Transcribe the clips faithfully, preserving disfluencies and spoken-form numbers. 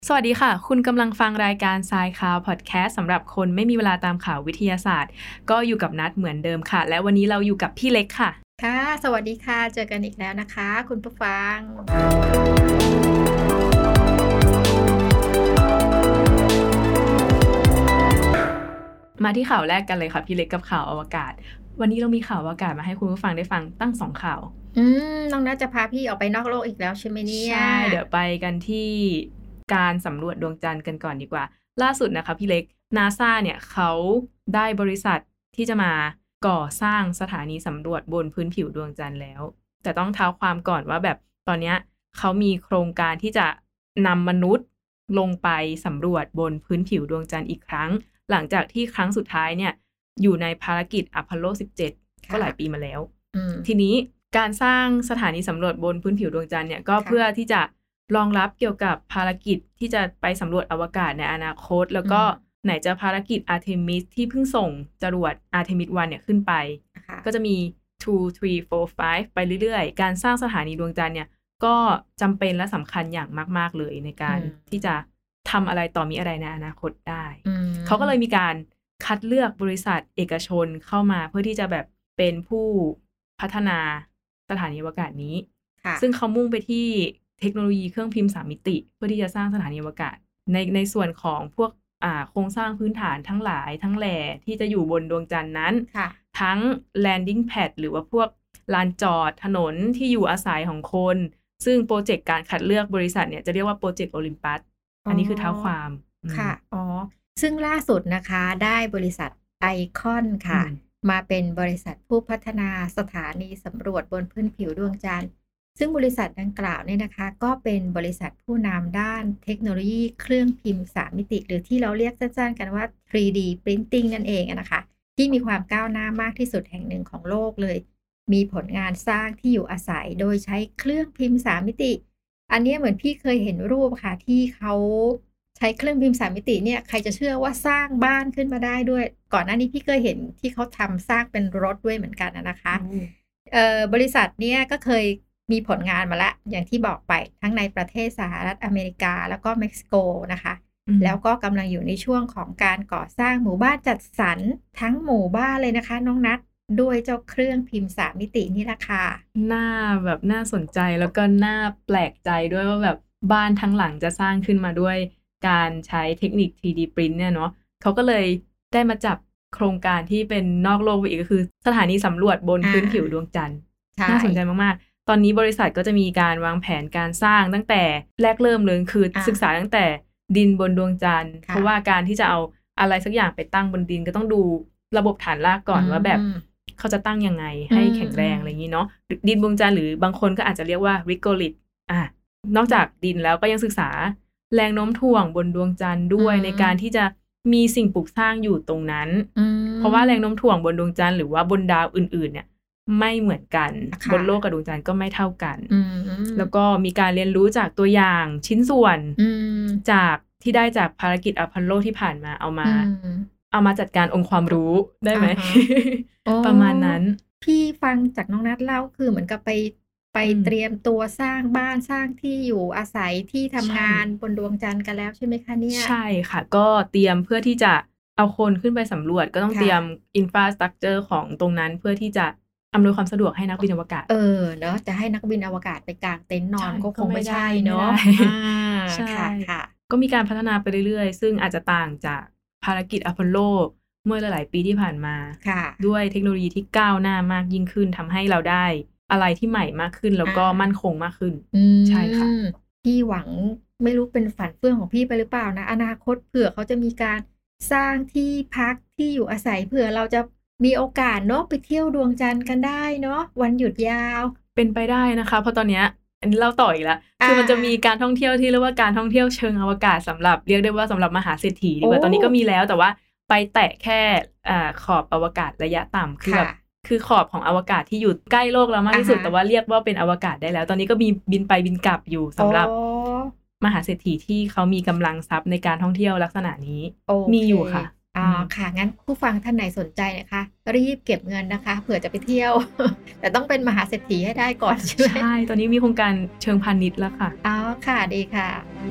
สวัสดีค่ะคุณกำลังฟังรายการทรายข่าวพอดแคสต์สำหรับคนไม่มีเวลาตามข่าววิทยาศาสตร์ก็อยู่กับนัดเหมือนเดิมค่ะและวันนี้เราอยู่กับพี่เล็กค่ะค่ะสวัสดีค่ะเจอกันอีกแล้วนะคะคุณผู้ฟังมาที่ข่าวแรกกันเลยค่ะพี่เล็กกับข่าวอวกาศวันนี้เรามีข่าวอวกาศมาให้คุณผู้ฟังได้ฟังตั้งสองข่าวอืมน้องนัทจะพาพี่ออกไปนอกโลกอีกแล้วใช่ไหมเนี่ยใช่เดี๋ยวไปกันที่การสำรวจดวงจันทร์กันก่อนดีกว่าล่าสุดนะคะพี่เล็ก NASA เนี่ยเขาได้บริษัทที่จะมาก่อสร้างสถานีสำรวจบนพื้นผิวดวงจันทร์แล้วแต่ต้องเท้าความก่อนว่าแบบตอนนี้เขามีโครงการที่จะนำมนุษย์ลงไปสำรวจบนพื้นผิวดวงจันทร์อีกครั้งหลังจากที่ครั้งสุดท้ายเนี่ยอยู่ในภารกิจอพอลโลสิบเจ็ดก็หลายปีมาแล้วทีนี้การสร้างสถานีสำรวจบนพื้นผิวดวงจันทร์เนี่ยก็เพื่อที่จะรองรับเกี่ยวกับภารกิจที่จะไปสำรวจอวกาศในอนาคตแล้วก็ไหนจะภารกิจ Artemis ที่เพิ่งส่งจรวด Artemis วันเนี่ยขึ้นไปก็จะมีสอง สาม สี่ ห้าไปเรื่อยๆการสร้างสถานีดวงจันทร์เนี่ยก็จำเป็นและสำคัญอย่างมากๆเลยในการที่จะทำอะไรต่อมีอะไรในอนาคตได้เขาก็เลยมีการคัดเลือกบริษัทเอกชนเข้ามาเพื่อที่จะแบบเป็นผู้พัฒนาสถานีอวกาศนี้ซึ่งเขามุ่งไปที่เทคโนโลยีเครื่องพิมพ์สามมิติเพื่อที่จะสร้างสถานีอวกาศในในส่วนของพวกอ่าโครงสร้างพื้นฐานทั้งหลายทั้งแหล่ที่จะอยู่บนดวงจันทร์นั้นทั้ง landing pad หรือว่าพวกลานจอดถนนที่อยู่อาศัยของคนซึ่งโปรเจกต์การคัดเลือกบริษัทเนี่ยจะเรียกว่าโปรเจกต์โอลิมปัสอันนี้คือเท้าความค่ะอ๋อซึ่งล่าสุดนะคะได้บริษัทไอคอนค่ะมาเป็นบริษัทผู้พัฒนาสถานีสำรวจบนพื้นผิวดวงจันทร์ซึ่งบริษัทดังกล่าวเนี่ยนะคะก็เป็นบริษัทผู้นำด้านเทคโนโลยีเครื่องพิมพ์สามมิติหรือที่เราเรียกสั้นๆกันว่า ทรี ดี Printing นั่นเองนะคะที่มีความก้าวหน้ามากที่สุดแห่งหนึ่งของโลกเลยมีผลงานสร้างที่อยู่อาศัยโดยใช้เครื่องพิมพ์สามมิติอันนี้เหมือนพี่เคยเห็นรูปค่ะที่เขาใช้เครื่องพิมพ์สามมิติเนี่ยใครจะเชื่อว่าสร้างบ้านขึ้นมาได้ด้วยก่อนหน้านี้พี่เคยเห็นที่เขาทำสร้างเป็นรถด้วยเหมือนกันนะคะเอ่อบริษัทเนี่ยก็เคยมีผลงานมาแล้วอย่างที่บอกไปทั้งในประเทศสหรัฐอเมริกาแล้วก็เม็กซิโกนะคะแล้วก็กำลังอยู่ในช่วงของการก่อสร้างหมู่บ้านจัดสรรทั้งหมู่บ้านเลยนะคะน้องนัทด้วยเจ้าเครื่องพิมพ์สามมิตินี่แหละค่ะน่าแบบน่าสนใจแล้วก็น่าแปลกใจด้วยว่าแบบบ้านทั้งหลังจะสร้างขึ้นมาด้วยการใช้เทคนิค ทรี ดี Print เนี่ยเนาะเขาก็เลยได้มาจับโครงการที่เป็นนอกโลกไปอีกก็คือสถานีสำรวจบนพื้นผิวดวงจันทร์น่าสนใจมากๆตอนนี้บริษัทก็จะมีการวางแผนการสร้างตั้งแต่แรกเริ่มเลยคือศึกษาตั้งแต่ดินบนดวงจันทร์เพราะว่าการที่จะเอาอะไรสักอย่างไปตั้งบนดินก็ต้องดูระบบฐานรากก่อนว่าแบบเขาจะตั้งยังไงให้แข็งแรงอะไรอย่างนี้เนาะดินบนดวงจันทร์หรือบางคนก็อาจจะเรียกว่าริโกลิตอ่ะนอกจากดินแล้วก็ยังศึกษาแรงโน้มถ่วงบนดวงจันทร์ด้วยในการที่จะมีสิ่งปลูกสร้างอยู่ตรงนั้นเพราะว่าแรงโน้มถ่วงบนดวงจันทร์หรือว่าบนดาวอื่นๆเนี่ยไม่เหมือนกันบนโลกกับดวงจันทร์ก็ไม่เท่ากันแล้วก็มีการเรียนรู้จากตัวอย่างชิ้นส่วนจากที่ได้จากภารกิจอพอลโลที่ผ่านมาเอามาเอามาจัดการองค์ความรู้ได้ไหม ประมาณนั้นพี่ฟังจากน้องนัทเล่าคือเหมือนกับไปไปเตรียมตัวสร้างบ้านสร้างที่อยู่อาศัยที่ทำงานบนดวงจันทร์กันแล้วใช่ไหมคะเนี่ยใช่ค่ะก็เตรียมเพื่อที่จะเอาคนขึ้นไปสำรวจก็ต้องเตรียมอินฟราสตรัคเจอร์ของตรงนั้นเพื่อที่จะอำนวยความสะดวกให้นักบินอวกาศเออเนาะจะให้นักบินอวกาศไปกางเต็นท์นอนก็คงไม่ใช่เนาะใช่ค่ะก็มีการพัฒนาไปเรื่อยๆซึ่งอาจจะต่างจากภารกิจอพอลโลเมื่อหลายๆปีที่ผ่านมาด้วยเทคโนโลยีที่ก้าวหน้ามากยิ่งขึ้นทำให้เราได้อะไรที่ใหม่มากขึ้นแล้วก็มั่นคงมากขึ้นใช่ค่ะพี่หวังไม่รู้เป็นฝันเฟื่องของพี่ไปหรือเปล่านะอนาคตเผื่อเขาจะมีการสร้างที่พักที่อยู่อาศัยเผื่อเราจะมีโอกาสเนาะไปเที่ยวดวงจันทร์กันได้เนาะวันหยุดยาวเป็นไปได้นะคะเพราะตอนนี้อันนี้เล่าต่ออีกแล้วคือมันจะมีการท่องเที่ยวที่เรียกว่าการท่องเที่ยวเชิงอวกาศสำหรับเรียกได้ว่าสำหรับมหาเศรษฐีดีกว่าตอนนี้ก็มีแล้วแต่ว่าไปแตะแค่อ่าขอบอวกาศระยะต่ำคือแบบคือขอบของอวกาศที่อยู่ใกล้โลกเรามากที่สุดแต่ว่าเรียกว่าเป็นอวกาศได้แล้วตอนนี้ก็มีบินไปบินกลับอยู่สำหรับมหาเศรษฐีที่เขามีกำลังทรัพย์ในการท่องเที่ยวลักษณะนี้มีอยู่ค่ะอ๋อค่ะงั้นผู้ฟังท่านไหนสนใจนะคะรีบเก็บเงินนะคะเผื่อจะไปเที่ยว แต่ต้องเป็นมหาเศรษฐีให้ได้ก่อนใช่ไหมใช่ตอนนี้มีโครงการเชิงพาณิชย์แล้วค่ะอ๋อค่ะดีค่ะ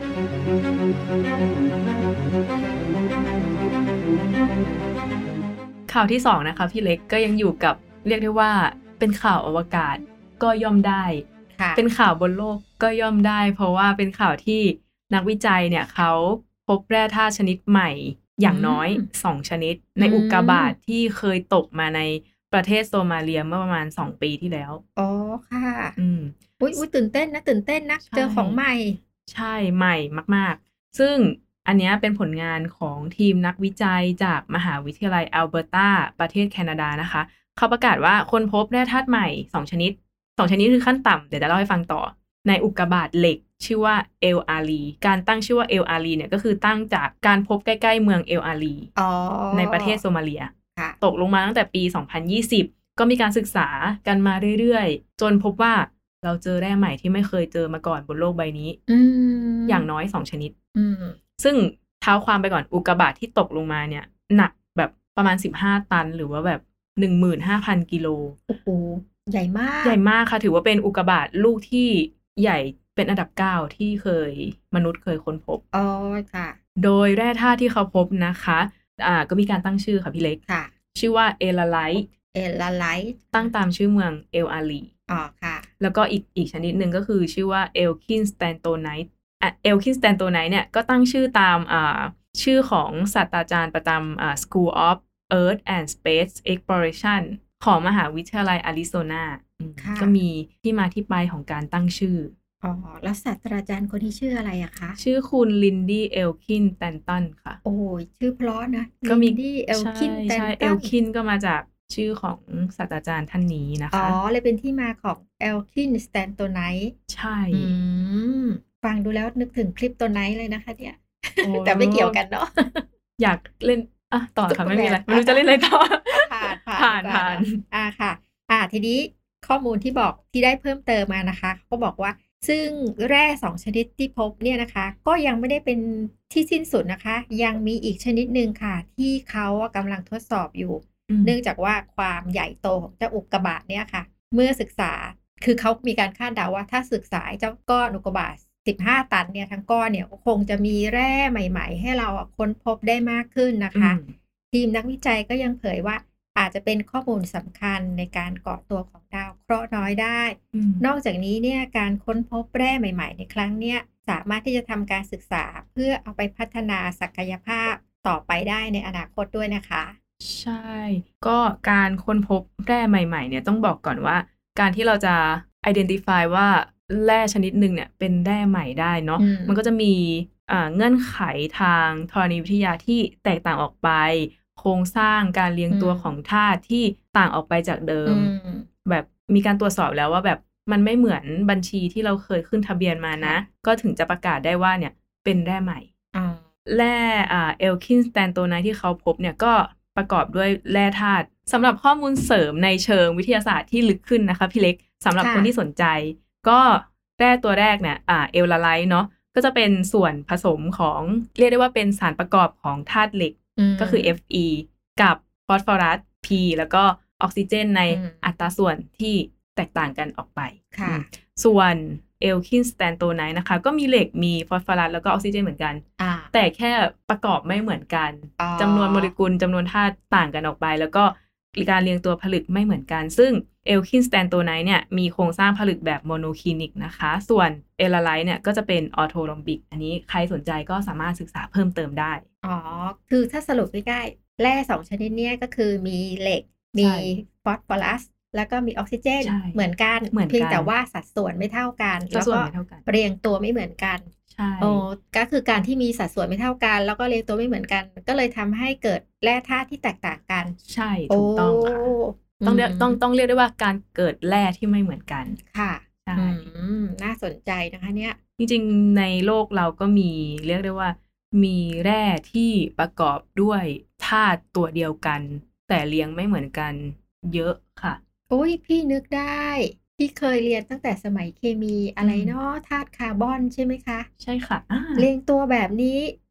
ข่าวที่สองนะคะพี่เล็กก็ยังอยู่กับเรียกได้ว่าเป็นข่าวอวกาศก็ย่อมได้เป็นข่าวบนโลกก็ย่อมได้เพราะว่าเป็นข่าวที่นักวิจัยเนี่ยเขาพบแร่ธาตุชนิดใหม่อย่างน้อยสองชนิดในอุกกาบาตที่เคยตกมาในประเทศโซมาเลียเมื่อประมาณสองปีที่แล้วอ๋อค่ะอืมอุ๊ยๆตื่นเต้นนะตื่นเต้นนะเจอของใหม่ใช่ใหม่มากๆซึ่งอันนี้เป็นผลงานของทีมนักวิจัยจากมหาวิทยาลัยอัลเบอร์ตาประเทศแคนาดานะคะเขาประกาศว่าค้นพบแร่ธาตุใหม่สองชนิดสองชนิดคือขั้นต่ำเดี๋ยวจะเล่าให้ฟังต่อในอุกกาบาตเหล็กชื่อว่าเอลอารีการตั้งชื่อว่าเอลอารีเนี่ยก็คือตั้งจากการพบใกล้ๆเมืองเอลอารีในประเทศโซมาเลียตกลงมาตั้งแต่ปีสองพันยี่สิบก็มีการศึกษากันมาเรื่อยๆจนพบว่าเราเจอแร่ใหม่ที่ไม่เคยเจอมาก่อนบนโลกใบนี้อย่างน้อยสองชนิดซึ่งเท้าความไปก่อนอุกกาบาตที่ตกลงมาเนี่ยหนักแบบประมาณสิบห้าตันหรือว่าแบบ หนึ่งหมื่นห้าพัน กิโลโอ้โหใหญ่มากใหญ่มากค่ะถือว่าเป็นอุกกาบาตลูกที่ใหญ่เป็นอันดับเก้าที่เคยมนุษย์เคยค้นพบอ๋อค่ะโดยแร่ธาตุที่เขาพบนะคะอ่าก็มีการตั้งชื่อค่ะพี่เล็กค่ะชื่อว่าเอลาไลท์เอลาไลท์ตั้งตามชื่อเมืองเอลอารีอ๋อค่ะแล้วก็อีกอีกชนิดหนึ่งก็คือชื่อว่าเอลคินสแตนโตไนท์อ่ะเอลคินสแตนโตไนท์เนี่ยก็ตั้งชื่อตามอ่าชื่อของศาสตราจารย์ประจำอ่า School of Earth and Space Exploration ของมหาวิทยาลัยอาริโซนาก็มีที่มาที่ไปของการตั้งชื่ออ๋อแล้วศาสตราจารย์คนที่ชื่ออะไรอะคะชื่อคุณลินดี้เอลคินแตนตันค่ะโอ้ยชื่อเพราะนะก็มีลินดี้เอลคินแตนตันเอลคินก็มาจากชื่อของศาสตราจารย์ท่านนี้นะคะอ๋อเลยเป็นที่มาของเอลคินสแตนโตไนท์ใช่ฟังดูแล้วนึกถึงคลิปตัวไนท์เลยนะคะเนี่ยแต่ไม่เกี่ยวกันเนาะอยากเล่นอ่ะต่อค่ะไม่มีอะไรไม่รู้จะเล่นอะไรต่อผ่านผ่านผ่านอ่าค่ะอ่าทีนี้ข้อมูลที่บอกที่ได้เพิ่มเติมมานะคะเขาบอกว่าซึ่งแร่สองชนิดที่พบเนี่ยนะคะก็ยังไม่ได้เป็นที่สิ้นสุดนะคะยังมีอีกชนิดหนึ่งค่ะที่เขากำลังทดสอบอยู่เนื่องจากว่าความใหญ่โตของเจ้าอุกกาบาตเนี่ยค่ะเมื่อศึกษาคือเขามีการคาดเดาว่าถ้าศึกษาเจ้าก้อนอุกกาบาตสิบห้าตันเนี่ยทั้งก้อนเนี่ยคงจะมีแร่ใหม่ๆให้เราค้นพบได้มากขึ้นนะคะทีมนักวิจัยก็ยังเผยว่าอาจจะเป็นข้อมูลสำคัญในการเกาะตัวของดาวเคราะห์น้อยได้นอกจากนี้เนี่ยการค้นพบแร่ใหม่ๆในครั้งเนี้ยสามารถที่จะทำการศึกษาเพื่อเอาไปพัฒนาศักยภาพต่อไปได้ในอนาคตด้วยนะคะใช่ก็การค้นพบแร่ใหม่ๆเนี่ยต้องบอกก่อนว่าการที่เราจะ identify ว่าแร่ชนิดหนึ่งเนี่ยเป็นแร่ใหม่ได้เนาะมันก็จะมีเงื่อนไขทางธรณีวิทยาที่แตกต่างออกไปโครงสร้างการเรียงตัวของธาตุที่ต่างออกไปจากเดิมแบบมีการตรวจสอบแล้วว่าแบบมันไม่เหมือนบัญชีที่เราเคยขึ้นทะเบียนมานะก็ถึงจะประกาศได้ว่าเนี่ยเป็นแร่ใหม่แร่เอลคินสแตนโตไนท์ที่เขาพบเนี่ยก็ประกอบด้วยแร่ธาตุสำหรับข้อมูลเสริมในเชิงวิทยาศาสตร์ที่ลึกขึ้นนะคะพี่เล็กสำหรับคนที่สนใจก็แร่ตัวแรกเนี่ยเอลลาไลท์เนาะก็จะเป็นส่วนผสมของเรียกได้ว่าเป็นสารประกอบของธาตุเหล็กก็คือ เอฟ อี กับฟอสฟอรัส P แล้วก็ออกซิเจนในอัตราส่วนที่แตกต่างกันออกไปส่วนเอลคินสแตนโตไนท์นะคะก็มีเหล็กมีฟอสฟอรัสแล้วก็ออกซิเจนเหมือนกันแต่แค่ประกอบไม่เหมือนกันจำนวนโมเลกุลจำนวนธาตุต่างกันออกไปแล้วก็การเรียงตัวผลึกไม่เหมือนกันซึ่งเอลคินสแตนโตไนท์เนี่ยมีโครงสร้างผลึกแบบโมโนคลินิกนะคะส่วนเอลลาไลท์เนี่ยก็จะเป็นออโทโรมบิกอันนี้ใครสนใจก็สามารถศึกษาเพิ่มเติมได้อ๋อคือถ้าสรุปง่ายๆแร่สองชนิดนี้ก็คือมีเหล็กมีฟอสฟอรัสแล้วก็มีออกซิเจนเหมือนกันเพียงแต่ว่าสัดส่วนไม่เท่ากันแล้วก็เรียงตัวไม่เหมือนกันโอ้ก็คือการที่มีสัดส่วนไม่เท่ากันแล้วก็เรียงตัวไม่เหมือนกันก็เลยทำให้เกิดแร่ธาตุที่แตกต่างกันใช่ถูกต้องค่ะต้องเรียกต้องต้องเรียกได้ว่าการเกิดแร่ที่ไม่เหมือนกันค่ะใช่น่าสนใจนะคะเนี่ยจริงๆในโลกเราก็มีเรียกได้ว่ามีแร่ที่ประกอบด้วยธาตุตัวเดียวกันแต่เรียงไม่เหมือนกันเยอะค่ะโอ้ยพี่นึกได้ที่เคยเรียนตั้งแต่สมัยเคมีอะไรเนาะธาตุคาร์บอนใช่ไหมคะใช่ค่ะเรียงตัวแบบนี้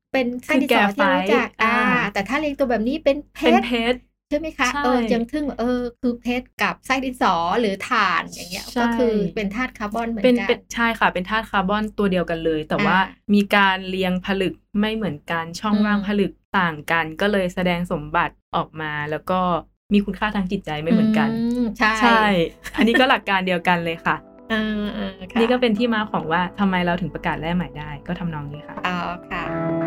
เป็นไส้ดินสอที่รู้จักอ่าแต่ถ้าเรียงตัวแบบนี้เป็นเพชรใช่ไหมคะเออยังทึ่งเออคือเพชรกับไส้ดินสอหรือถ่านอย่างเงี้ยก็คือเป็นธาตุคาร์บอนเหมือนกันเป็นใช่ค่ะเป็นธาตุคาร์บอนตัวเดียวกันเลยแต่ว่ามีการเรียงผลึกไม่เหมือนกันช่องว่างผลึกต่างกันก็เลยแสดงสมบัติออกมาแล้วก็มีคุณค่าทางจิตใจไม่เหมือนกันใช่ใช่อันนี้ก็หลักการเดียวกันเลยค่ะนี่ก็เป็นที่มาของว่าทำไมเราถึงประกาศแร่ใหม่ได้ก็ทำนองนี้ค่ะอ๋อค่ะ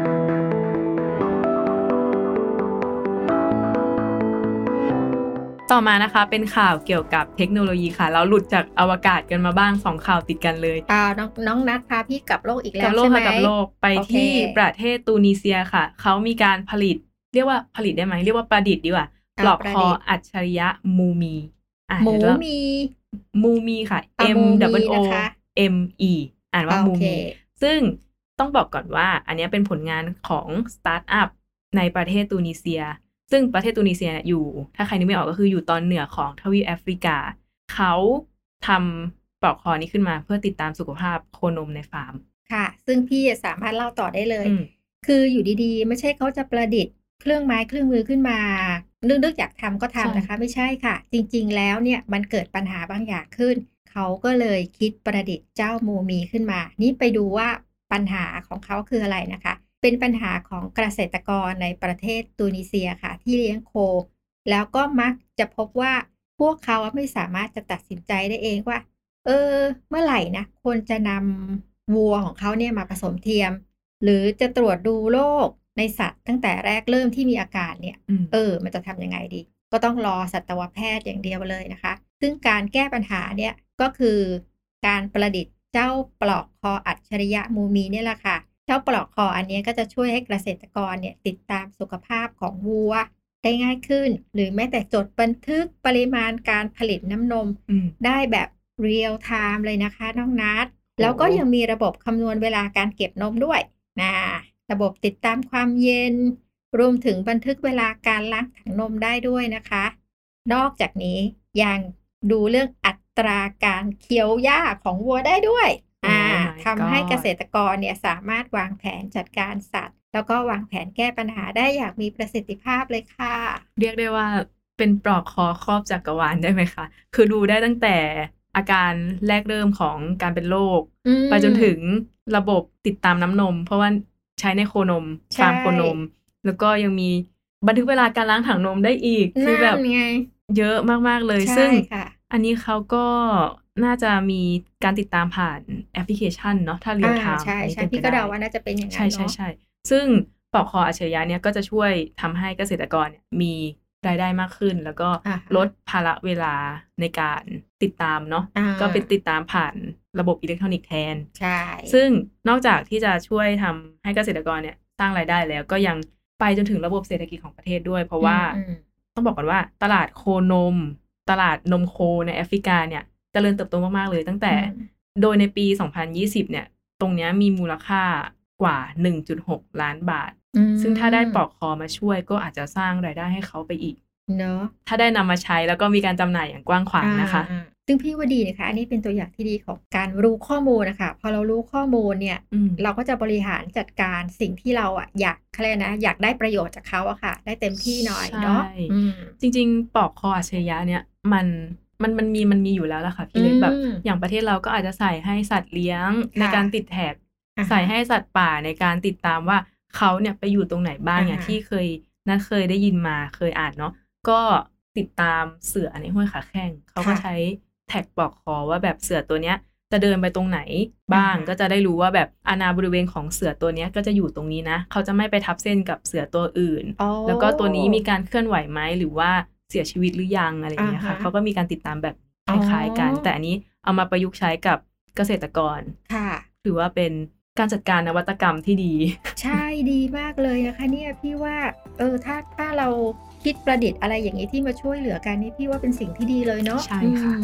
ต่อมานะคะเป็นข่าวเกี่ยวกับเทคโนโลยีค่ะเราหลุดจากอวกาศกันมาบ้างสองข่าวติดกันเลยอ่าน้องน้องนัทพาพี่กลับโลกอีกแล้วใช่ไหมกับโลกไปที่ประเทศตูนิเซียค่ะเขามีการผลิตเรียกว่าผลิตได้ไหมเรียกว่าประดิษฐ์ดีกว่าปลอกคออัจฉริยะมูมีหมูมีมูมีค่ะ M W O M E อ่านว่ามูมีซึ่งต้องบอกก่อนว่าอันนี้เป็นผลงานของสตาร์ทอัพในประเทศตูนิเซียซึ่งประเทศตูนิเซียอยู่ถ้าใครนึกไม่ออกก็คืออยู่ตอนเหนือของทวีปแอฟริกาเขาทำปลอกคอนี้ขึ้นมาเพื่อติดตามสุขภาพโคนมในฟาร์มค่ะซึ่งพี่สามารถเล่าต่อได้เลยคืออยู่ดีๆไม่ใช่เขาจะประดิษฐ์เครื่องไม้เครื่องมือขึ้นมานึกๆอยากทำก็ทำนะคะไม่ใช่ค่ะจริงๆแล้วเนี่ยมันเกิดปัญหาบางอย่างขึ้นเขาก็เลยคิดประดิษฐ์เจ้ามูมีขึ้นมานี่ไปดูว่าปัญหาของเขาคืออะไรนะคะเป็นปัญหาของเกษตรกรในประเทศตูนิเซียค่ะที่เลี้ยงโคแล้วก็มักจะพบว่าพวกเขาไม่สามารถจะตัดสินใจได้เองว่าเออเมื่อไหร่นะควรจะนำวัวของเขาเนี่ยมาผสมเทียมหรือจะตรวจดูโรคในสัตว์ตั้งแต่แรกเริ่มที่มีอาการเนี่ยเออมันจะทำยังไงดีก็ต้องรอสัตวแพทย์อย่างเดียวเลยนะคะซึ่งการแก้ปัญหาเนี่ยก็คือการประดิษฐ์เจ้าปลอกคออัจฉริยะมูมีเนี่ยแหละค่ะเจ้าปลอกคออันนี้ก็จะช่วยให้เกษตรกรเนี่ยติดตามสุขภาพของวัวได้ง่ายขึ้นหรือแม้แต่จดบันทึกปริมาณการผลิตน้ำนมได้แบบเรียลไทม์เลยนะคะน้องนัทแล้วก็ยังมีระบบคำนวณเวลาการเก็บนมด้วยนะระบบติดตามความเย็นรวมถึงบันทึกเวลาการล้างถังนมได้ด้วยนะคะนอกจากนี้ยังดูเรื่องอัตราการเคี้ยวหญ้าของวัวได้ด้วยอ่า oh ทำให้เกษตรกรเนี่ยสามารถวางแผนจัดการสัตว์แล้วก็วางแผนแก้ปัญหาได้อย่างมีประสิทธิภาพเลยค่ะเรียกได้ว่าเป็นปลอกคอครอบจักรวาลได้ไหมคะคือดูได้ตั้งแต่อาการแรกเริ่มของการเป็นโรคไปจนถึงระบบติดตามน้ำนมเพราะว่าใช้ในโคนมฟาร์มโคนมแล้วก็ยังมีบันทึกเวลาการล้างถังนมได้อีกคือแบบเยอะมากๆเลยซึ่งอันนี้เขาก็น่าจะมีการติดตามผ่านแอปพลิเคชันเนาะถ้าเรียลไทม์ใช่ใช่พี่ก็เดาว่าน่าจะเป็นอย่างนั้นเนาะใช่ใช่ใช่ซึ่งปลอกคออัจฉริยะเนี่ยก็จะช่วยทำให้เกษตรกรเนี่ยมีรายได้มากขึ้นแล้วก็ลดภาระเวลาในการติดตามเนาะก็เป็นติดตามผ่านระบบอิเล็กทรอนิกส์แทนใช่ซึ่งนอกจากที่จะช่วยทำให้เกษตรกรเนี่ยสร้างรายได้แล้วก็ยังไปจนถึงระบบเศรษฐกิจของประเทศด้วยเพราะว่าต้องบอกก่อนว่าตลาดโคนมตลาดนมโคในแอฟริกาเนี่ยเจริญเติบโตมากๆเลยตั้งแต่โดยในปีสองพันยี่สิบเนี่ยตรงนี้มีมูลค่ากว่า หนึ่งจุดหก ล้านบาทซึ่งถ้าได้ปลอกคอมาช่วยก็อาจจะสร้างรายได้ให้เขาไปอีกเนาะถ้าได้นำมาใช้แล้วก็มีการจำหน่ายอย่างกว้างขวางนะคะซึ่งพี่ว่าดีนะคะอันนี้เป็นตัวอย่างที่ดีของการรู้ข้อมูลนะคะพอเรารู้ข้อมูลเนี่ยเราก็จะบริหารจัดการสิ่งที่เราอ่ะอยากอะไรนะอยากได้ประโยชน์จากเขาอะค่ะได้เต็มที่หน่อยเนาะจริงๆปลอกคออัจฉริยะเนี่ยมันมันมันมีมันมีอยู่แล้วล่ะค่ะพี่เล็กแบบอย่างประเทศเราก็อาจจะใส่ให้สัตว์เลี้ยงในการติดแท็กใส่ให้สัตว์ป่าในการติดตามว่าเขาเนี่ยไปอยู่ตรงไหนบ้างอย่างที่เคยน่าเคยได้ยินมาเคยอ่านเนาะก็ติดตามเสือในห้วยขาแข้งเขาก็ใช้แท็กปลอกคอว่าแบบเสือตัวเนี้ยจะเดินไปตรงไหนบ้างก็จะได้รู้ว่าแบบอาณาบริเวณของเสือตัวเนี้ยก็จะอยู่ตรงนี้นะเขาจะไม่ไปทับเส้นกับเสือตัวอื่นแล้วก็ตัวนี้มีการเคลื่อนไหวไหมหรือว่าเสียชีวิตหรือยังอะไรอย่างเงี้ยค่ะเขาก็มีการติดตามแบบคล้ายๆกันแต่อันนี้เอามาประยุกต์ใช้กับเกษตรกรค่ะถือว่าเป็นการจัดการนวัตกรรมที่ดีใช่ดีมากเลยนะคะเนี่ยพี่ว่าเออถ้าถ้าเราคิดประดิษฐ์อะไรอย่างนี้ที่มาช่วยเหลือกันนี่พี่ว่าเป็นสิ่งที่ดีเลยเนาะใช่ค่ะ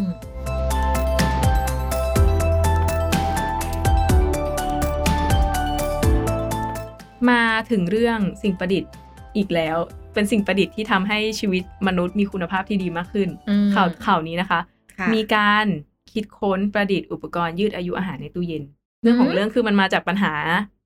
มาถึงเรื่องสิ่งประดิษฐ์อีกแล้วเป็นสิ่งประดิษฐ์ที่ทำให้ชีวิตมนุษย์มีคุณภาพที่ดีมากขึ้นข่าวข่าวนี้นะคะมีการคิดค้นประดิษฐ์อุปกรณ์ยืดอายุอาหารในตู้เย็นเรื่องของเรื่องคือมันมาจากปัญหา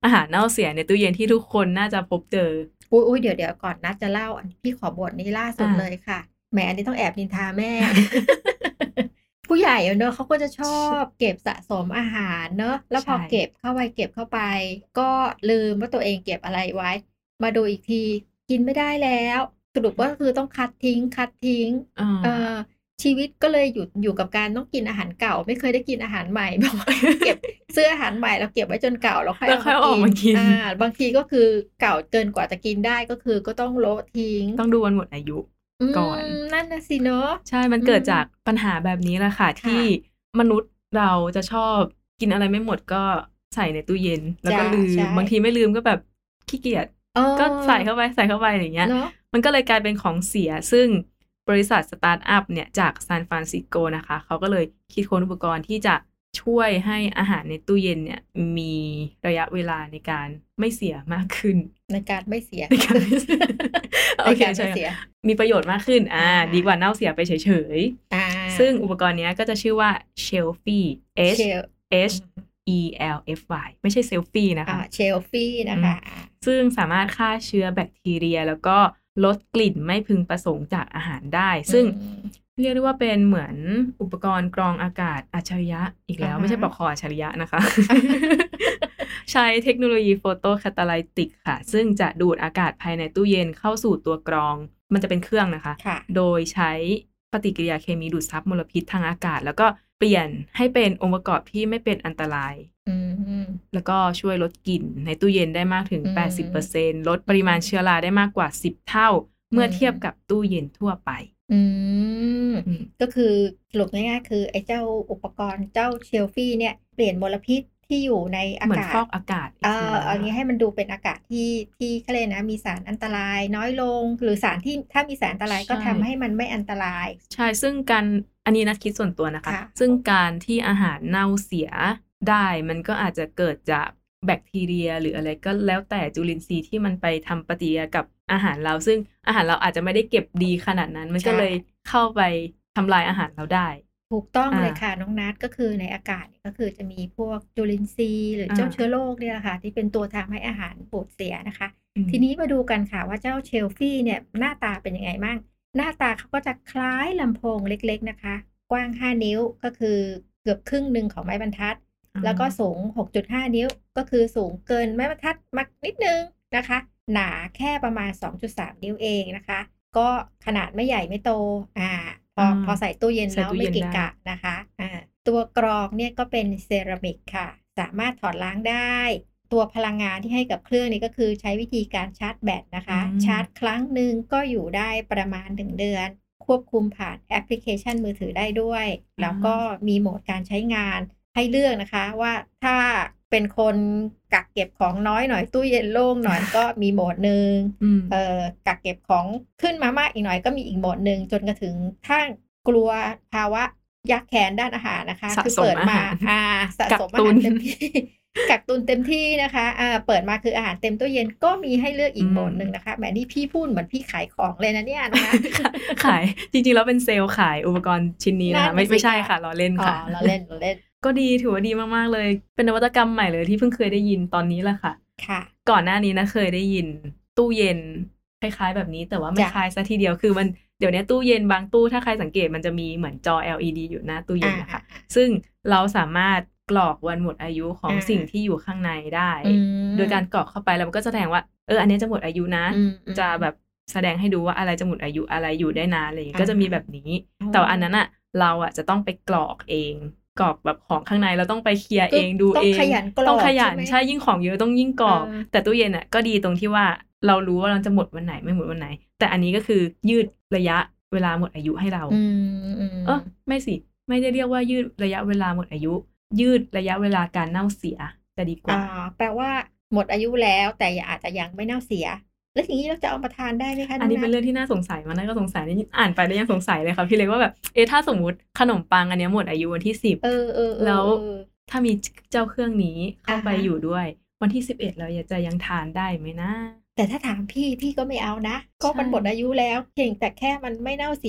อาหารเน่าเสียในตู้เย็นที่ทุกคนน่าจะพบเจออุ้ยเดี๋ยวเดี๋ยวก่อนนะจะเล่าอันพี่ขอบทนี้ล่าสุดเลยค่ะแหมอันนี้ต้องแอบนินทาแม่ ผู้ใหญ่เนอะเขาก็จะชอบเก็บสะสมอาหารเนอะแล้วพอเก็บเข้าไปเก็บเข้าไปก็ลืมว่าตัวเองเก็บอะไรไว้มาดูอีกทีกินไม่ได้แล้วสรุปว่าคือต้องคัดทิ้งคัดทิ้งเออชีวิตก็เลยอยู่อยู่กับการต้องกินอาหารเก่าไม่เคยได้กินอาหารใหม่บอกเก็บซื้ออาหารใหม่แล้วเก็บไว้จนเก่าแล้วค่อยเอามากินอ่าบางทีก็คือเก่าเกินกว่าจะกินได้ก็คือก็ต้องโละทิ้งต้องดูวันหมดอายุก่อนนั่นนะสิเนอะใช่มันเกิดจากปัญหาแบบนี้แหละค่ะที่มนุษย์เราจะชอบกินอะไรไม่หมดก็ใส่ในตู้เย็นแล้วก็ลืมบางทีไม่ลืมก็แบบขี้เกียจก็ใส่เข้าไปใส่เข้าไปอย่างเงี้ยมันก็เลยกลายเป็นของเสียซึ่งบริษัทสตาร์ทอัพเนี่ยจากซานฟรานซิสโกนะคะเขาก็เลยคิดค้นอุปกรณ์ที่จะช่วยให้อาหารในตู้เย็นเนี่ยมีระยะเวลาในการไม่เสียมากขึ้นในการไม่เสียในการไม่เสียโอเคใช่มีประโยชน์มากขึ้นอ่าดีกว่าเน่าเสียไปเฉยๆซึ่งอุปกรณ์นี้ก็จะชื่อว่า Shelfie H H E L F Y ไม่ใช่เซลฟี่นะคะ Shelfie นะคะซึ่งสามารถฆ่าเชื้อแบคทีเรียแล้วก็ลดกลิ่นไม่พึงประสงค์จากอาหารได้ซึ่งเรียกได้ว่าเป็นเหมือนอุปกรณ์กรองอากาศอัจฉริยะอีกแล้วไม่ใช่ปลอกคออัจฉริยะนะคะ ใช้เทคโนโลยีโฟโตคาตาไลติกค่ะซึ่งจะดูดอากาศภายในตู้เย็นเข้าสู่ตัวกรองมันจะเป็นเครื่องนะคะโดยใช้ปฏิกิริยาเคมีดูดซับมลพิษทางอากาศแล้วก็เปลี่ยนให้เป็นองค์ประกอบที่ไม่เป็นอันตรายแล้วก็ช่วยลดกลิ่นในตู้เย็นได้มากถึง แปดสิบเปอร์เซ็นต์ ลดปริมาณเชื้อราได้มากกว่าสิบเท่าเมื่อเทียบกับตู้เย็นทั่วไปอืมก็คือสรุปง่ายๆคือไอ้เจ้าอุปกรณ์เจ้าเชลฟี่เนี่ยเปลี่ยนมลพิษที่อยู่ในอากาศเหมือนฟอกอากาศเอออันนี้ให้มันดูเป็นอากาศที่ที่เขาเรียกนะมีสารอันตรายน้อยลงหรือสารที่ถ้ามีสารอันตรายก็ทำให้มันไม่อันตรายใช่ซึ่งการอันนี้นักคิดส่วนตัวนะคะซึ่งการที่อาหารเน่าเสียได้มันก็อาจจะเกิดจากแบคทีเรียหรืออะไรก็แล้วแต่จุลินทรีย์ที่มันไปทำปฏิกิริยากับอาหารเราซึ่งอาหารเราอาจจะไม่ได้เก็บดีขนาดนั้นมันก็เลยเข้าไปทำลายอาหารเราได้ถูกต้องเลยค่ะน้องนัทก็คือในอากาศก็คือจะมีพวกจุลินทรีย์หรือเจ้าเชื้อโรคเนี่ยค่ะที่เป็นตัวทำให้อาหารบูดเสียนะคะทีนี้มาดูกันค่ะว่าเจ้าเชลฟี่เนี่ยหน้าตาเป็นยังไงบ้างหน้าตาเขาก็จะคล้ายลำโพงเล็กๆนะคะกว้างห้านิ้วก็คือเกือบครึ่งนึงของไม้บรรทัดแล้วก็สูง หกจุดห้า นิ้วก็คือสูงเกินไม้บรรทัดมานิดนึงนะคะหนาแค่ประมาณ สองจุดสาม นิ้วเองนะคะก็ขนาดไม่ใหญ่ไม่โตอ่าพอพอใส่ตู้เย็นแล้วไม่เกะกะนะคะอ่าตัวกรองเนี่ยก็เป็นเซรามิกค่ะสามารถถอดล้างได้ตัวพลังงานที่ให้กับเครื่องนี้ก็คือใช้วิธีการชาร์จแบตนะคะชาร์จครั้งหนึ่งก็อยู่ได้ประมาณหนึ่งเดือนควบคุมผ่านแอปพลิเคชันมือถือได้ด้วยแล้วก็มีโหมดการใช้งานให้เลือกนะคะว่าถ้าเป็นคนกักเก็บของน้อยหน่อยตู้เย็นโล่งหน่อยก็มีโหมดนึงเอ่อกักเก็บของขึ้นมามากอีกหน่อยก็มีอีกโหมดนึงจนกระถึงถ้ากลัวภาวะยักแขนด้านอาหารนะคะคือเปิดมาอ่าสะสมอาหารเต็มที่กักตุนเต็มที่นะคะอ่าเปิดมาคืออาหารเต็มตู้เย็นก็มีให้เลือกอีกโหมดนึงนะคะแหมนี่พี่พูดเหมือนพี่ขายของเลยนะเนี่ยนะขายจริงๆแล้วเป็นเซลล์ขายอุปกรณ์ชิ้นนี้นะคะไม่ไม่ใช่ค่ะล้อเล่นค่ะล้อเล่นล้อเล่นก็ดีถือว่าดีมากๆเลยเป็นนวัตกรรมใหม่เลยที่เพิ่งเคยได้ยินตอนนี้แหละค่ะค่ะก่อนหน้านี้นะเคยได้ยินตู้เย็นคล้ายๆแบบนี้แต่ว่าไม่คล้ายซะทีเดียวคือมันเดี๋ยวนี้ตู้เย็นบางตู้ถ้าใครสังเกตมันจะมีเหมือนจอ แอล อี ดี อยู่หน้าตู้เย็นนะคะซึ่งเราสามารถกรอกวันหมดอายุของสิ่งที่อยู่ข้างในได้โดยการกรอกเข้าไปแล้วมันก็จะแสดงว่าเอออันนี้จะหมดอายุนะจะแบบแสดงให้ดูว่าอะไรจะหมดอายุอะไรอยู่ได้นานอะไรอย่างนี้ก็จะมีแบบนี้แต่อันนั้นอะเราอะจะต้องไปกรอกเองกรอกแบบของข้างในเราต้องไปเคลียร์เองดูเองต้องขยันกรอกต้องขยันใช่ยิ่งของเยอะต้องยิ่งกรอกแต่ตู้เย็นอะก็ดีตรงที่ว่าเรารู้ว่าเราจะหมดวันไหนไม่หมดวันไหนแต่อันนี้ก็คือยืดระยะเวลาหมดอายุให้เราเออไม่สิไม่ได้เรียกว่ายืดระยะเวลาหมดอายุยืดระยะเวลาการเน่าเสียจะดีกว่าแปลว่าหมดอายุแล้วแต่อาจจะยังไม่เน่าเสียแล้วทีนี้เราจะเอามาทานได้ไหมคะอันนี้เป็นเรื่องที่น่าสงสัยมันน่าก็สงสัยนี่อ่านไปแล้วยังสงสัยเลยค่ะพี่เล็กว่าแบบเออถ้าสมมุติขนมปังอันนี้หมดอายุวันที่สิบเออเออแล้วถ้ามีเจ้าเครื่องนี้เข้าไปอยู่ด้วยวันที่สิบเอ็ดเราจะยังทานได้ไหมนะแต่ถ้าถามพี่พี่ก็ไม่เอานะก็มันหมดอายุแล้วเพียงแต่แค่มันไม่เน่าเสีย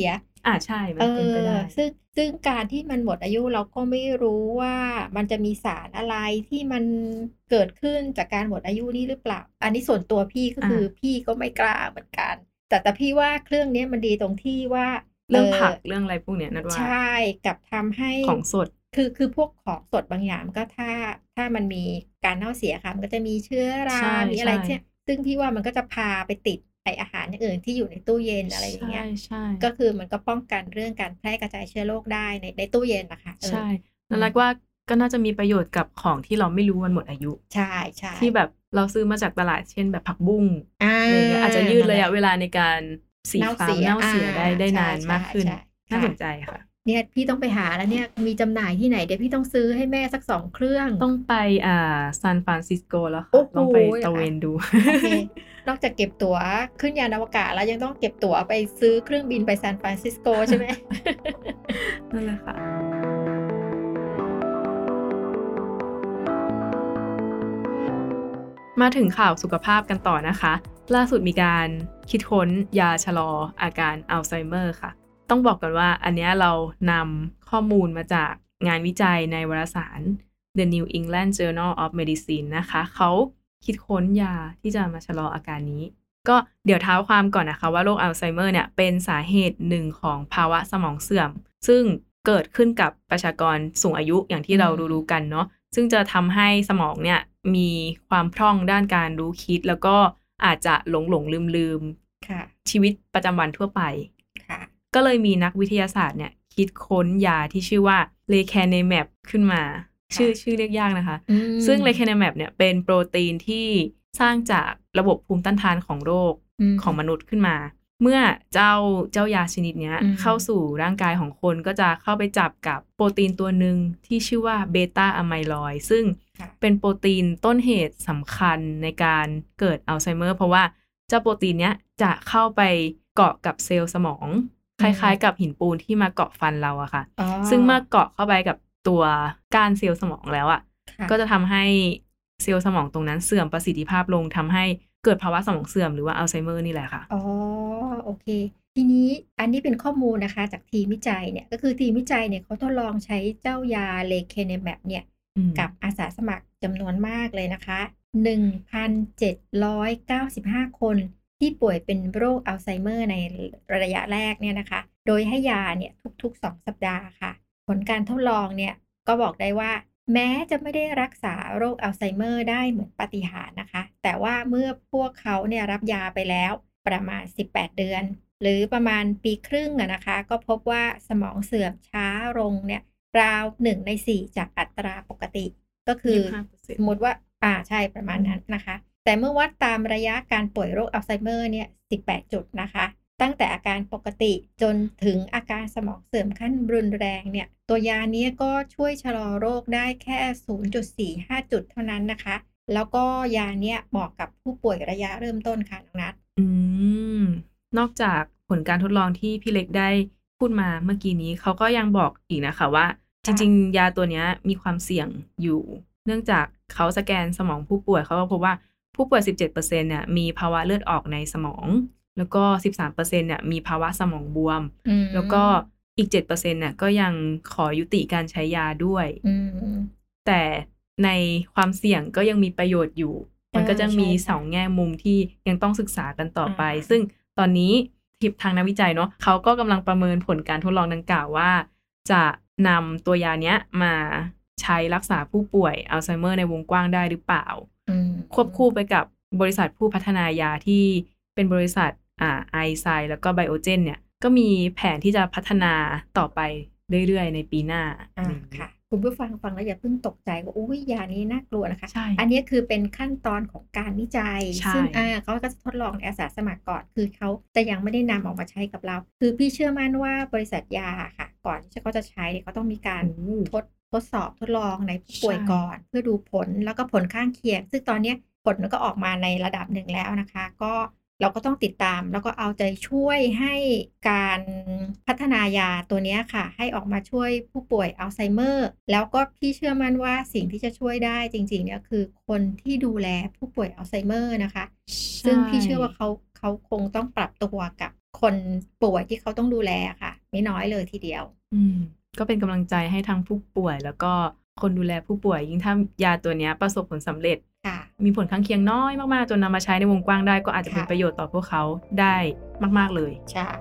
อ่าใช่มัเอนเป็นไปอได้ซึ่ง ซึ่งการที่มันหมดอายุเราก็ไม่รู้ว่ามันจะมีสารอะไรที่มันเกิดขึ้นจากการหมดอายุนี้หรือเปล่า อันนี้ส่วนตัวพี่ก็อาคือพี่ก็ไม่กล้าเหมือนกัน แต่ แต่พี่ว่าเครื่องเนี้ยมันดีตรงที่ว่าเรื่องอ่อผักเรื่องอะไรพวกเนี้ยนัดว่าใช่ กับทำให้ของสดคือ คือพวกของสดบางอย่างมันก็ถ้า ถ้ามันมีการเน่าเสียค่ะ มันก็จะมีเชื้อราใช่มีอะไรที่ๆซึ่งพี่ว่ามันก็จะพาไปติดไอ้อาหารอย่างอื่นที่อยู่ในตู้เย็น อะไรอย่างเงี้ยใช่ ๆก็คือมันก็ป้องกันเรื่องการแพร่กระจายเชื้อโรคได้ใน ในตู้เย็นน่ะค่ะ เออใช่อนัืดมนัดว่าก็น่าจะมีประโยชน์กับของที่เราไม่รู้มันหมดอายุใช่ที่ๆแบบเราซื้อมาจากตลาด เช่น แบบผักบุ้งอาอะไรอย่างเงี้ย อาจจะยืดระยะนั่นแหละเวลาในการสีเน่าคล้เสีำยเน่าอาเสียได้ ได้ใชนานมากขึ้น่ ๆ ๆน่าค่ะสนใจค่ะเนี่ยพี่ต้องไปหาแล้วเนี่ย มีจำหน่ายที่ไหน เดี๋ยวพี่ต้องซื้อให้แม่สัก สอง เครื่องต้องไป อ่า ซานฟรานซิสโกแล้วคโอ่ะ้โฮลองไปเหรอคตระเวะ? นดูโอเค นอกจากเก็บตั๋วขึ้นยานอวกาศแล้ว ยังต้องเก็บตั๋วไปซื้อเครื่องบินไปซานฟรานซิสโกใช่ไหม? นั่นแหละค่ะ มาถึงข่าวสุขภาพกันต่อนะคะ ล่าสุดมีการคิดค้นยาชะลออาการอัลไซเมอร์ค่ะ ต้องบอกก่อนว่าอันเนี้ยเรานำข้อมูลมาจากงานวิจัยในวารสาร The New England Journal of Medicine นะคะ เขาคิดค้นยาที่จะมาชะลออาการนี้ ก็เดี๋ยวเท้าความก่อนนะคะว่าโรคอัลไซเมอร์เนี่ยเป็นสาเหตุหนึ่งของภาวะสมองเสื่อม ซึ่งเกิดขึ้นกับประชากรสูงอายุอย่างที่เรารู้ๆกันเนาะ ซึ่งจะทำให้สมองเนี่ยมีความพร่องด้านการรู้คิด แล้วก็อาจจะหลง ๆ ลืมค่ะๆ ชีวิตประจำวันทั่วไปค่ะก็เลยมีนักวิทยาศาสตร์เนี่ยคิดค้นยาที่ชื่อว่า Lecanemab ขึ้นมา ชื่อ ชื่อเรียกยากนะคะอืมซึ่ง Lecanemab เนี่ยเป็นโปรตีนที่สร้างจากระบบภูมิต้านทานของโรคอืมของมนุษย์ขึ้นมา เมื่อเจ้า เจ้ายาชนิดเนี้ยอืมเข้าสู่ร่างกายของคน ก็จะเข้าไปจับกับโปรตีนตัวหนึ่งที่ชื่อว่า เบต้าอะไมลอยด์ ซึ่งค่ะเป็นโปรตีนต้นเหตุสำคัญในการเกิดอัลไซเมอร์ เพราะว่าเจ้าโปรตีนเนี้ยจะเข้าไปเกาะกับเซลล์สมอง คล้าย ๆ กับหินปูนที่มาเกาะฟันเราอะค่ะอ๋อซึ่งเมื่อเกาะเข้าไปกับตัวก้านเซลล์สมองแล้วอะค่ะก็จะทำให้เซลล์สมองตรงนั้นเสื่อมประสิทธิภาพลง ทำให้เกิดภาวะสมองเสื่อมหรือว่าอัลไซเมอร์นี่แหละค่ะอ๋อ โอเค ทีนี้อันนี้เป็นข้อมูลนะคะจากทีมวิจัยเนี่ย ก็คือทีมวิจัยเนี่ยเขาทดลองใช้เจ้ายา Lecanemab เนี่ยอืมกับอาสาสมัครจำนวนมากเลยนะคะ หนึ่งพันเจ็ดร้อยเก้าสิบห้า คนที่ป่วยเป็นโรคอัลไซเมอร์ในระยะแรกเนี่ยนะคะ โดยให้ยาเนี่ยทุก ๆ สอง สัปดาห์ค่ะ ผลการทดลองเนี่ยก็บอกได้ว่า แม้จะไม่ได้รักษาโรคอัลไซเมอร์ได้เหมือนปาฏิหาริย์นะคะ แต่ว่าเมื่อพวกเขาเนี่ยรับยาไปแล้วประมาณ สิบแปด เดือน หรือประมาณปีครึ่งอะนะคะ ก็พบว่าสมองเสื่อมช้าลงเนี่ยราว หนึ่งในสี่ จากอัตราปกติ ก็คือยี่สิบห้าเปอร์เซ็นต์สมมุติว่า อ่า ใช่ ประมาณนั้นนะคะ แต่เมื่อวัดตามระยะการป่วยโรคอัลไซเมอร์เนี่ย สิบแปด จุดนะคะ ตั้งแต่อาการปกติจนถึงอาการสมองเสื่อมขั้นรุนแรงเนี่ย ตัวยาเนี้ยก็ช่วยชะลอโรคได้แค่ ศูนย์จุดสี่ห้า จุดเท่านั้นนะคะ แล้วก็ยาเนี้ยเหมาะกับผู้ป่วยระยะเริ่มต้นค่ะน้องนัทอืม นอกจากผลการทดลองที่พี่เล็กได้พูดมาเมื่อกี้นี้ เขาก็ยังบอกอีกนะคะว่า จริง ๆ ยาตัวเนี้ยมีความเสี่ยงอยู่ เนื่องจากเขาสแกนสมองผู้ป่วย เขาก็พบว่าผู้ป่วย สิบเจ็ดเปอร์เซ็นต์ เนี่ยมีภาวะเลือดออกในสมอง แล้วก็ สิบสามเปอร์เซ็นต์ เนี่ยมีภาวะสมองบวมอืมแล้วก็อีก เจ็ดเปอร์เซ็นต์ เนี่ยก็ยังขอยุติการใช้ยาด้วยอืมแต่ในความเสี่ยงก็ยังมีประโยชน์อยู่ มันก็จะมี สอง แง่มุมที่ยังต้องศึกษากันต่อไปอาซึ่งตอนนี้ทีมทางนักวิจัยเนาะ เขาก็กำลังประเมินผลการทดลองดังกล่าวว่า จะนำตัวยาเนี้ยมาใช้รักษาผู้ป่วยอัลไซเมอร์ในวงกว้างได้หรือเปล่าอืมควบคู่ไปกับบริษัทผู้พัฒนายาที่เป็นบริษัท อ่า Eisai แล้วก็ Biogen เนี่ย ก็มีแผนที่จะพัฒนาต่อไปเรื่อย ๆ ในปีหน้าอาอืมค่ะ คุณผู้ฟังฟังแล้วอย่าเพิ่งตกใจว่า อุ๊ย ยานี้น่ากลัวนะคะใช่อันเนี้ยคือเป็นขั้นตอนของการวิจัยใช่ซึ่ง อ่า เขาก็จะทดลองในอาสาสมัครก่อน คือเขาจะยังไม่ได้นำออกมาใช้กับเรา คือพี่เชื่อมั่นว่าบริษัทยาอะค่ะ ก่อนที่เขาจะใช้เนี่ยเขาต้องมีการโอ้ทด ทดสอบทดลองในผู้ป่วยใช่ก่อน เพื่อดูผลแล้วก็ผลข้างเคียง ซึ่งตอนเนี้ยผลมันก็ออกมาในระดับหนึ่งแล้วนะคะ ก็เราก็ต้องติดตาม แล้วก็เอาใจช่วยให้การพัฒนายาตัวเนี้ยค่ะ ให้ออกมาช่วยผู้ป่วยอัลไซเมอร์ แล้วก็พี่เชื่อมั่นว่าสิ่งที่จะช่วยได้จริง ๆ เนี่ย คือคนที่ดูแลผู้ป่วยอัลไซเมอร์นะคะ ซึ่งพี่เชื่อว่าเขา เขาคงต้องปรับตัวกับคนป่วยที่เขาต้องดูแลอะค่ะไม่น้อยเลยทีเดียวอืมก็เป็นกำลังใจให้ทั้งผู้ป่วยแล้วก็คนดูแลผู้ป่วยยิ่งถ้ายาตัวนี้ประสบผลสำเร็จมีผลข้างเคียงน้อยมากๆจนนำมาใช้ในวงกว้างได้ก็อาจจะเป็นประโยชน์ต่อพวกเขาได้มากๆเลยใช่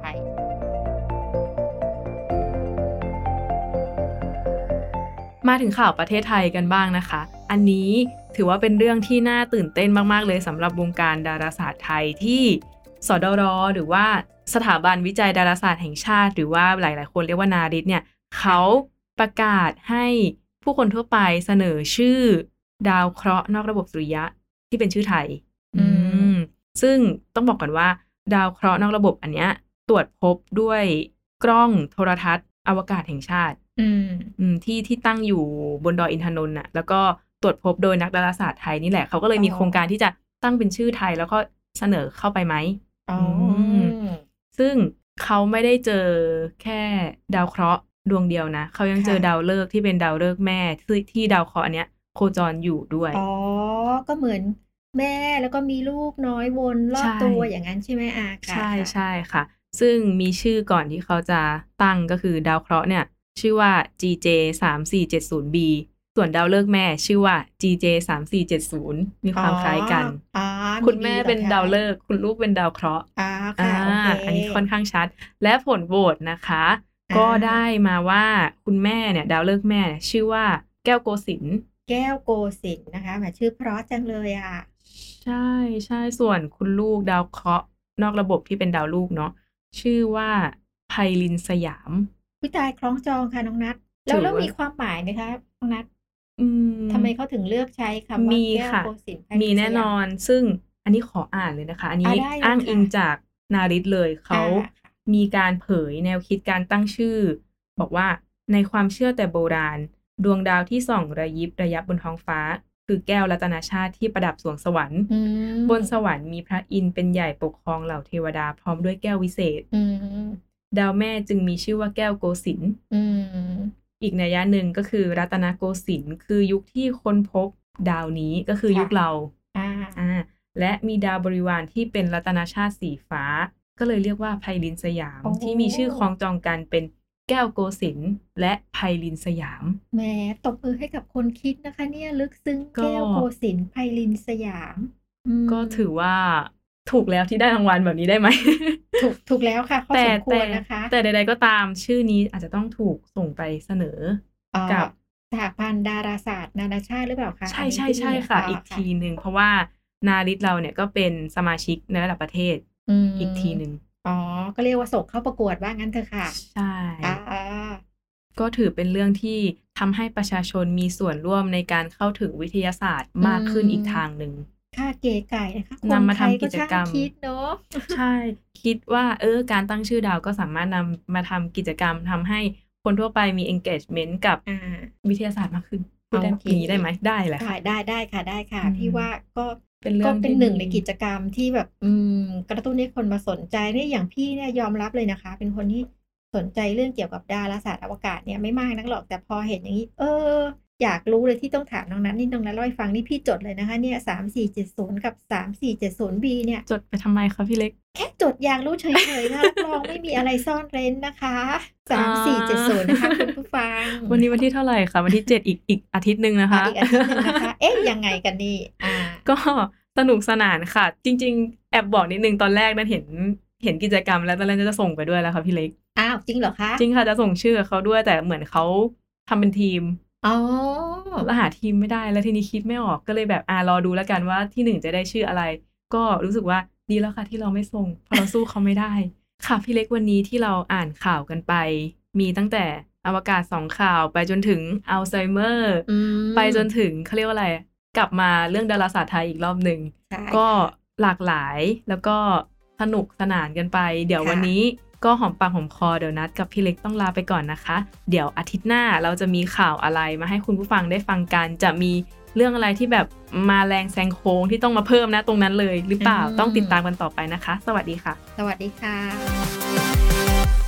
มาถึงข่าวประเทศไทยกันบ้างนะคะอันนี้ถือว่าเป็นเรื่องที่น่าตื่นเต้นมากๆเลยสำหรับวงการดาราศาสตร์ไทยที่สดร.หรือว่าสถาบันวิจัยดาราศาสตร์แห่งชาติหรือว่าหลายๆคนเรียกว่านาริตเนี่ยเขาประกาศให้ผู้คนทั่วไปเสนอชื่อดาวเคราะห์นอกระบบสุริยะที่เป็นชื่อไทยอืมซึ่งต้องบอกก่อนว่าดาวเคราะห์นอกระบบอันเนี้ยตรวจพบด้วยกล้องโทรทัศน์อวกาศแห่งชาติอืมอืมที่ที่ตั้งอยู่บนดอยอินทนนท์น่ะแล้วก็ตรวจพบโดยนักดาราศาสตร์ไทยนี่แหละเขาก็เลยมีโครงการที่จะตั้งเป็นชื่อไทยแล้วก็เสนอเข้าไปไหมอ๋อซึ่งเขาไม่ได้เจอแค่ดาวเคราะห์ดวงเดียวนะเขายังเจอดาวฤกษ์ที่เป็นดาวฤกษ์แม่ที่ที่ดาวเคราะห์อันเนี้ยโคจรอยู่ด้วยอ๋อก็เหมือนแม่แล้วก็มีลูกน้อยวนรอบตัวอย่างนั้นใช่ไหมอาใช่ใช่ค่ะซึ่งมีชื่อก่อนที่เขาจะตั้งก็คือดาวเคราะห์เนี่ยชื่อว่า จี เจ สามสี่เจ็ดศูนย์ บี ส่วนดาวฤกษ์แม่ชื่อว่า จี เจ สามสี่เจ็ดศูนย์ มีความคล้ายกันคุณแม่เป็นดาวฤกษ์คุณลูกเป็นดาวเคราะห์อ่าค่ะโอเคอันนี้ค่อนข้างชัดและผลโหวตนะคะก็ได้มาว่าคุณแม่เนี่ยดาวฤกษ์แม่ชื่อว่าแก้วโกสินทร์แก้วโกสินทร์นะคะแหมชื่อเพราะจังเลยอ่ะใช่ใช่ส่วนคุณลูกดาวเคราะห์นอกระบบที่เป็นดาวลูกเนาะชื่อว่าไพลินสยามผู้ตายคล้องจองค่ะน้องนัทแล้วแล้วมีความหมายไหมคะน้องนัทอืมทำไมเขาถึงเลือกใช้คำว่าแก้วโกสินทร์มีแน่นอนซึ่งอันนี้ขออ่านเลยนะคะอันนี้อ้างอิงจากนาริตเลยเขามีการเผยแนวคิดการตั้งชื่อบอกว่าในความเชื่อแต่โบราณดวงดาวที่ส่องระยิบระยับบนท้องฟ้าคือแก้วรัตนชาติที่ประดับสวงสวรรค์บนสวรรค์มีพระอินทร์เป็นใหญ่ปกครองเหล่าเทวดาพร้อมด้วยแก้ววิเศษดาวแม่จึงมีชื่อว่าแก้วโกสินทร์อีกนัยยะหนึ่งก็คือรัตนโกสินทร์คือยุคที่ค้นพบดาวนี้ก็คือยุคเราอ่าอ่าและมีดาวบริวารที่เป็นรัตนชาติสีฟ้าก็เลยเรียกว่าไพลินสยามที่มีชื่อคล้องจองกันเป็นแก้วโกสินทร์และไพลินสยามแหมตบมือให้กับคนคิดนะคะเนี่ยลึกซึ้งแก้วโกสินทร์ไพลินสยามก็ถือว่าถูกแล้วที่ได้รางวัลแบบนี้ได้ไหมถูกถูกแล้วค่ะข้อสมควรนะคะแต่ใดๆก็ตามชื่อนี้อาจจะต้องถูกส่งไปเสนอกับสหพันธ์ดาราศาสตร์นานาชาติหรือเปล่าคะใช่ใช่ใช่ค่ะอีกทีหนึ่งเพราะว่านาริตเราเนี่ยก็เป็นสมาชิกในระดับประเทศอีกทีหนึ่งอ๋อก็เรียกว่าส่งเข้าประกวดว่างั้นเถอะค่ะใช่ก็ถือเป็นเรื่องที่ทำให้ประชาชนมีส่วนร่วมในการเข้าถึงวิทยาศาสตร์มากขึ้นอีกทางหนึ่งค่ะเก๋ไก่นะคะนำมาทำกิจกรรมคิดเนาะใช่คิดว่าเออการตั้งชื่อดาวก็สามารถนำมาทำกิจกรรมทำให้คนทั่วไปมี engagement กับวิทยาศาสตร์มากขึ้นพูดได้อย่างนี้ได้ไหมได้แหละค่ะได้ได้ค่ะได้ค่ะพี่ว่าก็ก็เป็นหนึ่งในกิจกรรมที่แบบอืมกระตุ้นให้คนมาสนใจเนี่ยอย่างพี่เนี่ยยอมรับเลยนะคะเป็นคนที่สนใจเรื่องเกี่ยวกับดาราศาสตร์อวกาศเนี่ยไม่มากนักหรอกแต่พอเห็นอย่างนี้เอออยากรู้เลยที่ต้องถามน้องนัทนี่น้องนัทเล่าให้ฟังนี่พี่จดเลยนะคะเนี่ยสามสี่เจ็ดศูนย์กับสามสี่เจ็ดศูนย์ บี เนี่ยจดไปทำไมคะพี่เล็กแค่จดอยากรู้เฉยๆค่ะรับรองไม่มีอะไรซ่อนเร้นนะคะสามสี่เจ็ดศูนย์นะคะคุณผู้ฟังวันนี้วันที่เท่าไหร่คะวันที่เจ็ดอีกอีกอาทิตย์นึงนะคะอีกอาทิตย์นึงนะคะเอ๊ะยังไงกันนี่อ่าก็สนุกสนานค่ะจริงๆแอบบอกนิดนึงตอนแรกนั้นเห็นเห็นกิจกรรมแล้วตอนแรกจะส่งไปด้วยแล้วค่ะพี่เล็กอ้าวจริงเหรอคะจริงค่ะจะส่งชื่อเขาด้วยแต่เหมือนเขาทำเป็นทีมอ๋อแล้วหาทีมไม่ได้แล้วทีนี้คิดไม่ออกก็เลยแบบอ่ารอดูแล้วกันว่าที่หนึ่งจะได้ชื่ออะไรก็รู้สึกว่าดีแล้วค่ะที่เราไม่ส่งเพราะเราสู้เขาไม่ได้ค่ะพี่เล็กวันนี้ที่เราอ่านข่าวกันไปมีตั้งแต่อวกาศสองข่าวไปจนถึงอัลไซเมอร์ไปจนถึงเขาเรียกว่าอะไรกลับมาเรื่องดาราศาสตร์ไทยอีกรอบหนึ่งก็หลากหลายแล้วก็สนุกสนานกันไปเดี๋ยววันนี้ก็หอมปากหอมคอเดี๋ยวนัดกับพี่เล็กต้องลาไปก่อนนะคะเดี๋ยวอาทิตย์หน้าเราจะมีข่าวอะไรมาให้คุณผู้ฟังได้ฟังกันจะมีเรื่องอะไรที่แบบมาแรงแซงโค้งที่ต้องมาเพิ่มนะตรงนั้นเลยหรือเปล่าต้องติดตามกันต่อไปนะคะสวัสดีค่ะสวัสดีค่ะ